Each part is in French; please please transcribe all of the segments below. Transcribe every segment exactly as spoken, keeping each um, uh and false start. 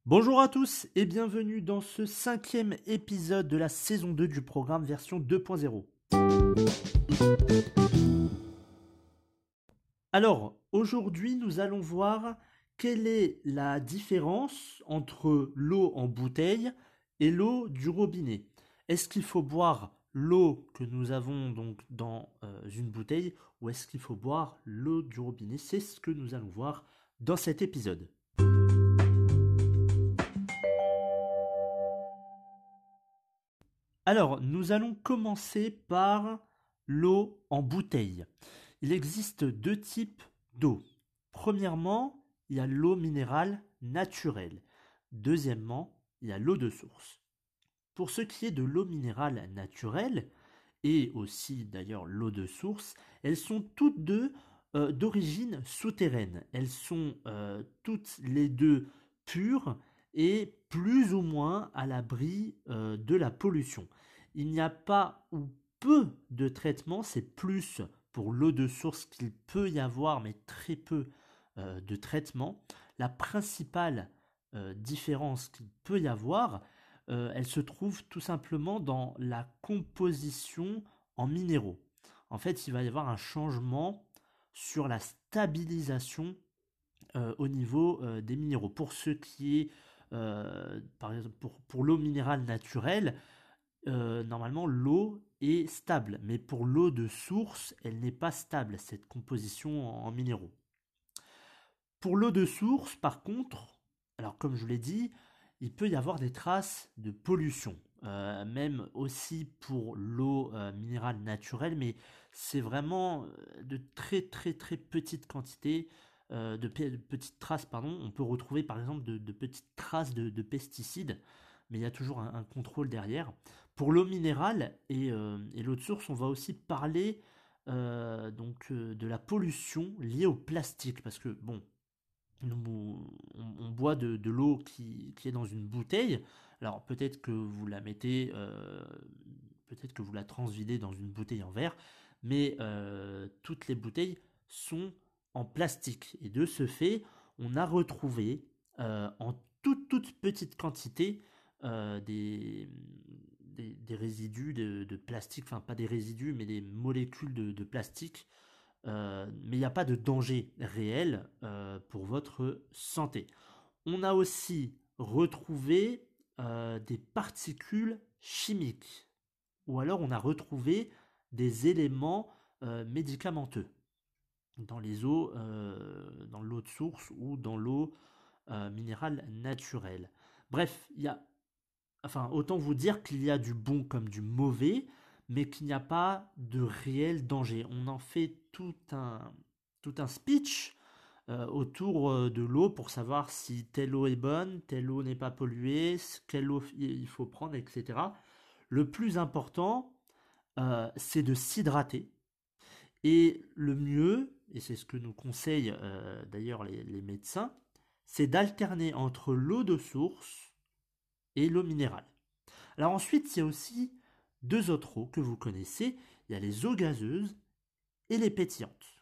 Bonjour à tous et bienvenue dans ce cinquième épisode de la saison deux du programme version deux point zéro. Alors, aujourd'hui, nous allons voir quelle est la différence entre l'eau en bouteille et l'eau du robinet. Est-ce qu'il faut boire l'eau que nous avons donc dans euh, une bouteille ou est-ce qu'il faut boire l'eau du robinet? C'est ce que nous allons voir dans cet épisode. Alors, nous allons commencer par l'eau en bouteille. Il existe deux types d'eau. Premièrement, il y a l'eau minérale naturelle. Deuxièmement, il y a l'eau de source. Pour ce qui est de l'eau minérale naturelle, et aussi d'ailleurs l'eau de source, elles sont toutes deux euh, d'origine souterraine. Elles sont euh, toutes les deux pures et plus ou moins à l'abri euh, de la pollution. Il n'y a pas ou peu de traitement, c'est plus pour l'eau de source qu'il peut y avoir, mais très peu euh, de traitement. La principale euh, différence qu'il peut y avoir, euh, elle se trouve tout simplement dans la composition en minéraux. En fait, il va y avoir un changement sur la stabilisation euh, au niveau euh, des minéraux. Pour ce qui est, euh, par exemple, pour, pour l'eau minérale naturelle, euh, normalement l'eau est stable, mais pour l'eau de source, elle n'est pas stable, cette composition en, en minéraux. Pour l'eau de source, par contre, alors comme je vous l'ai dit, il peut y avoir des traces de pollution, euh, même aussi pour l'eau euh, minérale naturelle, mais c'est vraiment euh, de très très très petites quantités, euh, de, pe- de petites traces, pardon. On peut retrouver par exemple de, de petites traces de, de pesticides, mais il y a toujours un, un contrôle derrière. Pour l'eau minérale et, euh, et l'eau de source, on va aussi parler euh, donc euh, de la pollution liée au plastique, parce que bon, nous, on, on boit de, de l'eau qui, qui est dans une bouteille. Alors peut-être que vous la mettez, euh, peut-être que vous la transvidez dans une bouteille en verre, mais euh, toutes les bouteilles sont en plastique. Et de ce fait, on a retrouvé euh, en toute toute petite quantité euh, des, des, des résidus de, de plastique, enfin pas des résidus, mais des molécules de, de plastique, euh, mais il n'y a pas de danger réel euh, pour votre santé. On a aussi retrouvé euh, des particules chimiques, ou alors on a retrouvé des éléments euh, médicamenteux dans les eaux, euh, dans l'eau de source ou dans l'eau euh, minérale naturelle. Bref, il y a enfin, autant vous dire qu'il y a du bon comme du mauvais, mais qu'il n'y a pas de réel danger. On en fait tout un, tout un speech euh, autour euh, de l'eau pour savoir si telle eau est bonne, telle eau n'est pas polluée, quelle eau il faut prendre, et cetera. Le plus important, euh, c'est de s'hydrater. Et le mieux, et c'est ce que nous conseillent euh, d'ailleurs les, les médecins, c'est d'alterner entre l'eau de source et l'eau minérale. Alors ensuite, il y a aussi deux autres eaux que vous connaissez. Il y a les eaux gazeuses et les pétillantes.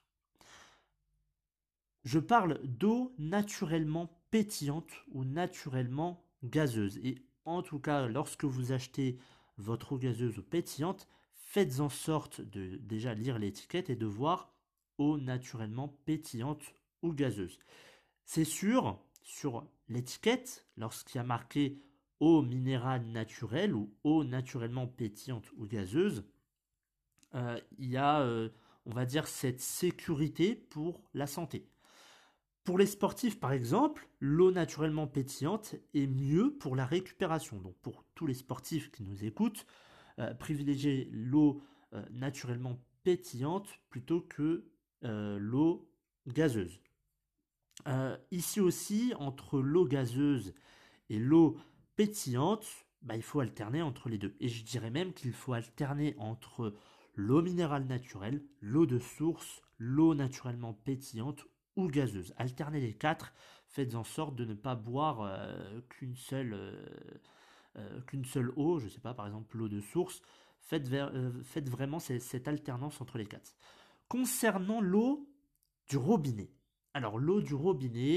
Je parle d'eau naturellement pétillante ou naturellement gazeuse. Et en tout cas, lorsque vous achetez votre eau gazeuse ou pétillante, faites en sorte de déjà lire l'étiquette et de voir eau naturellement pétillante ou gazeuse. C'est sûr, sur l'étiquette, lorsqu'il y a marqué eau minérale naturelle ou eau naturellement pétillante ou gazeuse, euh, il y a, euh, on va dire, cette sécurité pour la santé. Pour les sportifs, par exemple, l'eau naturellement pétillante est mieux pour la récupération. Donc pour tous les sportifs qui nous écoutent, euh, privilégiez l'eau euh, naturellement pétillante plutôt que euh, l'eau gazeuse. Euh, ici aussi, entre l'eau gazeuse et l'eau pétillante, bah, il faut alterner entre les deux. Et je dirais même qu'il faut alterner entre l'eau minérale naturelle, l'eau de source, l'eau naturellement pétillante ou gazeuse. Alternez les quatre, faites en sorte de ne pas boire euh, qu'une seule, euh, euh, qu'une seule eau, je ne sais pas, par exemple l'eau de source. Faites, ver- euh, faites vraiment cette, cette alternance entre les quatre. Concernant l'eau du robinet. Alors l'eau du robinet,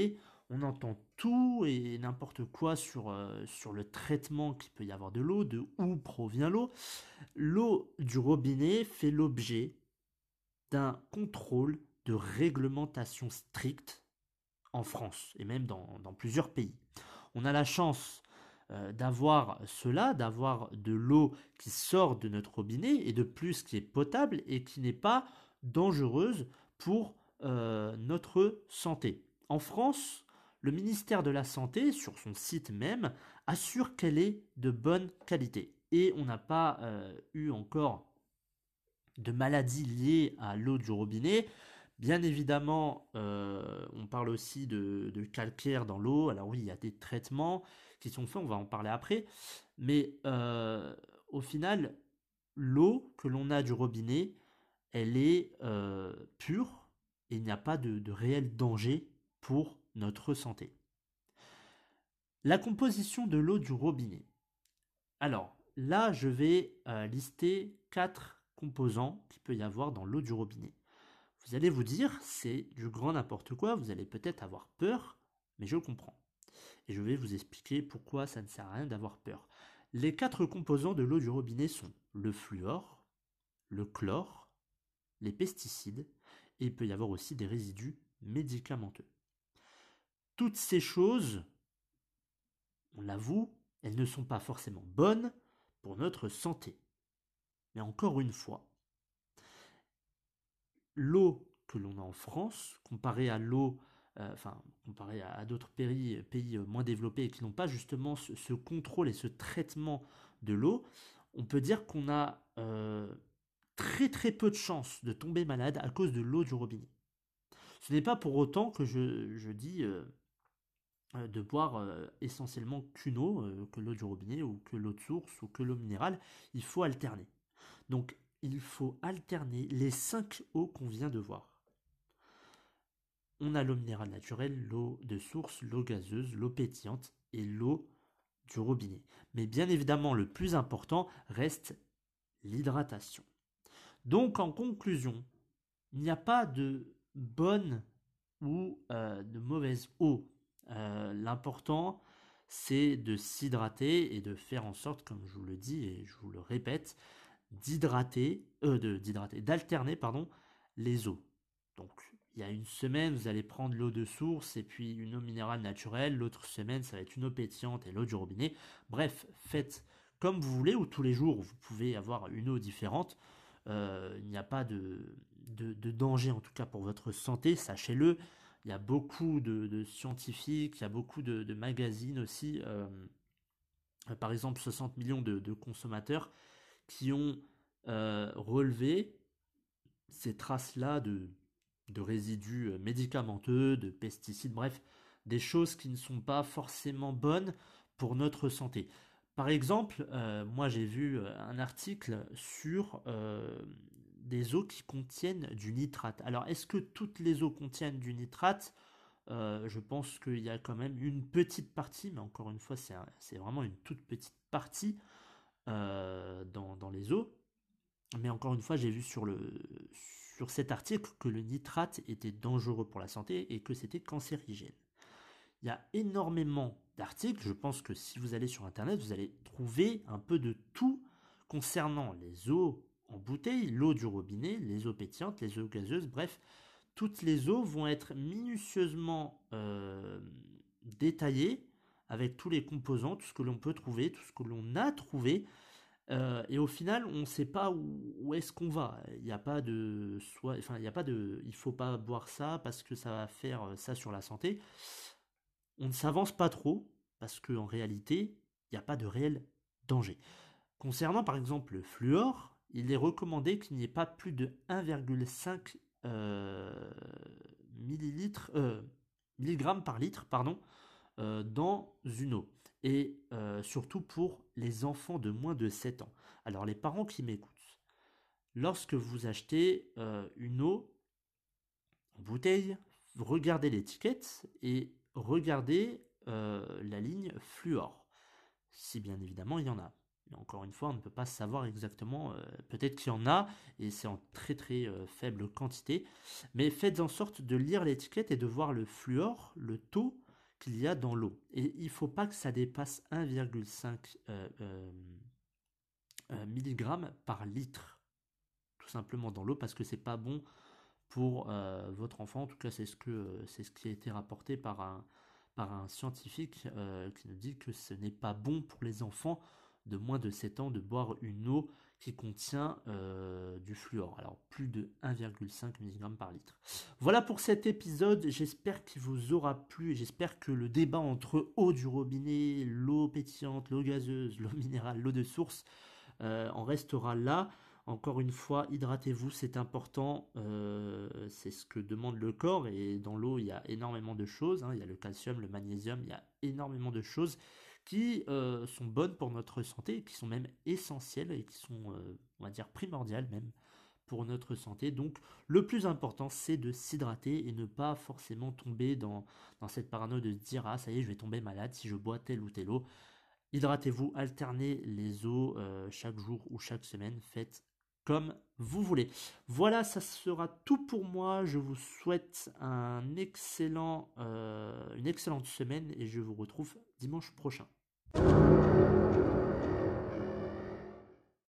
on entend tout et n'importe quoi sur, euh, sur le traitement qu'il peut y avoir de l'eau, de où provient l'eau. L'eau du robinet fait l'objet d'un contrôle de réglementation stricte en France et même dans, dans plusieurs pays. On a la chance euh, d'avoir cela, d'avoir de l'eau qui sort de notre robinet et de plus qui est potable et qui n'est pas dangereuse pour euh, notre santé. En France, le ministère de la Santé, sur son site même, assure qu'elle est de bonne qualité. Et on n'a pas euh, eu encore de maladies liées à l'eau du robinet. Bien évidemment, euh, on parle aussi de, de calcaire dans l'eau. Alors oui, il y a des traitements qui sont faits, on va en parler après. Mais euh, au final, l'eau que l'on a du robinet, elle est euh, pure et il n'y a pas de, de réel danger pour notre santé. La composition de l'eau du robinet. Alors là, je vais euh, lister quatre composants qu'il peut y avoir dans l'eau du robinet. Vous allez vous dire, c'est du grand n'importe quoi, vous allez peut-être avoir peur, mais je comprends. Et je vais vous expliquer pourquoi ça ne sert à rien d'avoir peur. Les quatre composants de l'eau du robinet sont le fluor, le chlore, les pesticides, et il peut y avoir aussi des résidus médicamenteux. Toutes ces choses, on l'avoue, elles ne sont pas forcément bonnes pour notre santé. Mais encore une fois, l'eau que l'on a en France, comparée à l'eau, euh, enfin, comparée à, à d'autres pays, pays moins développés et qui n'ont pas justement ce, ce contrôle et ce traitement de l'eau, on peut dire qu'on a euh, très très peu de chances de tomber malade à cause de l'eau du robinet. Ce n'est pas pour autant que je, je dis euh, de boire euh, essentiellement qu'une eau, euh, que l'eau du robinet ou que l'eau de source ou que l'eau minérale. Il faut alterner. Donc il faut alterner les cinq eaux qu'on vient de voir. On a l'eau minérale naturelle, l'eau de source, l'eau gazeuse, l'eau pétillante et l'eau du robinet. Mais bien évidemment, le plus important reste l'hydratation. Donc en conclusion, il n'y a pas de bonne ou euh, de mauvaise eau. Euh, L'important, c'est de s'hydrater et de faire en sorte, comme je vous le dis et je vous le répète, d'hydrater, euh, de, d'hydrater, d'alterner, pardon, les eaux. Donc, il y a une semaine, vous allez prendre l'eau de source et puis une eau minérale naturelle. L'autre semaine, ça va être une eau pétillante et l'eau du robinet. Bref, faites comme vous voulez ou tous les jours, vous pouvez avoir une eau différente. Euh, il n'y a pas de, de, de danger, en tout cas pour votre santé, sachez-le. Il y a beaucoup de, de scientifiques, il y a beaucoup de, de magazines aussi. Euh, par exemple, soixante millions de, de consommateurs qui ont euh, relevé ces traces-là de, de résidus médicamenteux, de pesticides, bref, des choses qui ne sont pas forcément bonnes pour notre santé. Par exemple, euh, moi j'ai vu un article sur euh, des eaux qui contiennent du nitrate. Alors, est-ce que toutes les eaux contiennent du nitrate? Euh, je pense qu'il y a quand même une petite partie, mais encore une fois, c'est un- c'est vraiment une toute petite partie euh, dans, dans les eaux. Mais encore une fois, j'ai vu sur, le, sur cet article que le nitrate était dangereux pour la santé et que c'était cancérigène. Il y a énormément d'articles, je pense que si vous allez sur Internet, vous allez trouver un peu de tout concernant les eaux en bouteille, l'eau du robinet, les eaux pétillantes, les eaux gazeuses, bref, toutes les eaux vont être minutieusement euh, détaillées avec tous les composants, tout ce que l'on peut trouver, tout ce que l'on a trouvé. Euh, et au final, on ne sait pas où, où est-ce qu'on va. Il n'y a pas de, soit, enfin, il y a pas de, il faut pas boire ça parce que ça va faire euh, ça sur la santé. On ne s'avance pas trop parce qu'en réalité, il n'y a pas de réel danger. Concernant par exemple le fluor, il est recommandé qu'il n'y ait pas plus de un virgule cinq euh, millilitres, euh, milligrammes par litre, pardon, euh, dans une eau. Et euh, surtout pour les enfants de moins de sept ans. Alors les parents qui m'écoutent, lorsque vous achetez euh, une eau en bouteille, regardez l'étiquette et regardez euh, la ligne fluor. Si bien évidemment il y en a. Mais encore une fois, on ne peut pas savoir exactement, euh, peut-être qu'il y en a, et c'est en très très euh, faible quantité, mais faites en sorte de lire l'étiquette et de voir le fluor, le taux qu'il y a dans l'eau. Et il ne faut pas que ça dépasse un virgule cinq euh, euh, euh, milligrammes par litre, tout simplement dans l'eau, parce que c'est pas bon pour euh, votre enfant. En tout cas, c'est ce, que, c'est ce qui a été rapporté par un, par un scientifique euh, qui nous dit que ce n'est pas bon pour les enfants de moins de sept ans de boire une eau qui contient euh, du fluor. Alors plus de un virgule cinq milligrammes par litre. Voilà pour cet épisode, j'espère qu'il vous aura plu et j'espère que le débat entre eau du robinet, l'eau pétillante, l'eau gazeuse, l'eau minérale, l'eau de source euh, en restera là. Encore une fois, hydratez-vous, c'est important, euh, c'est ce que demande le corps, et dans l'eau, il y a énormément de choses, hein. Il y a le calcium, le magnésium, il y a énormément de choses qui euh, sont bonnes pour notre santé, qui sont même essentielles et qui sont, euh, on va dire, primordiales même pour notre santé. Donc, le plus important, c'est de s'hydrater et ne pas forcément tomber dans, dans cette parano de se dire, ah, ça y est, je vais tomber malade si je bois telle ou telle eau. Hydratez-vous, alternez les eaux euh, chaque jour ou chaque semaine, faites comme vous voulez. Voilà, ça sera tout pour moi. Je vous souhaite un excellent, euh, une excellente semaine et je vous retrouve dimanche prochain.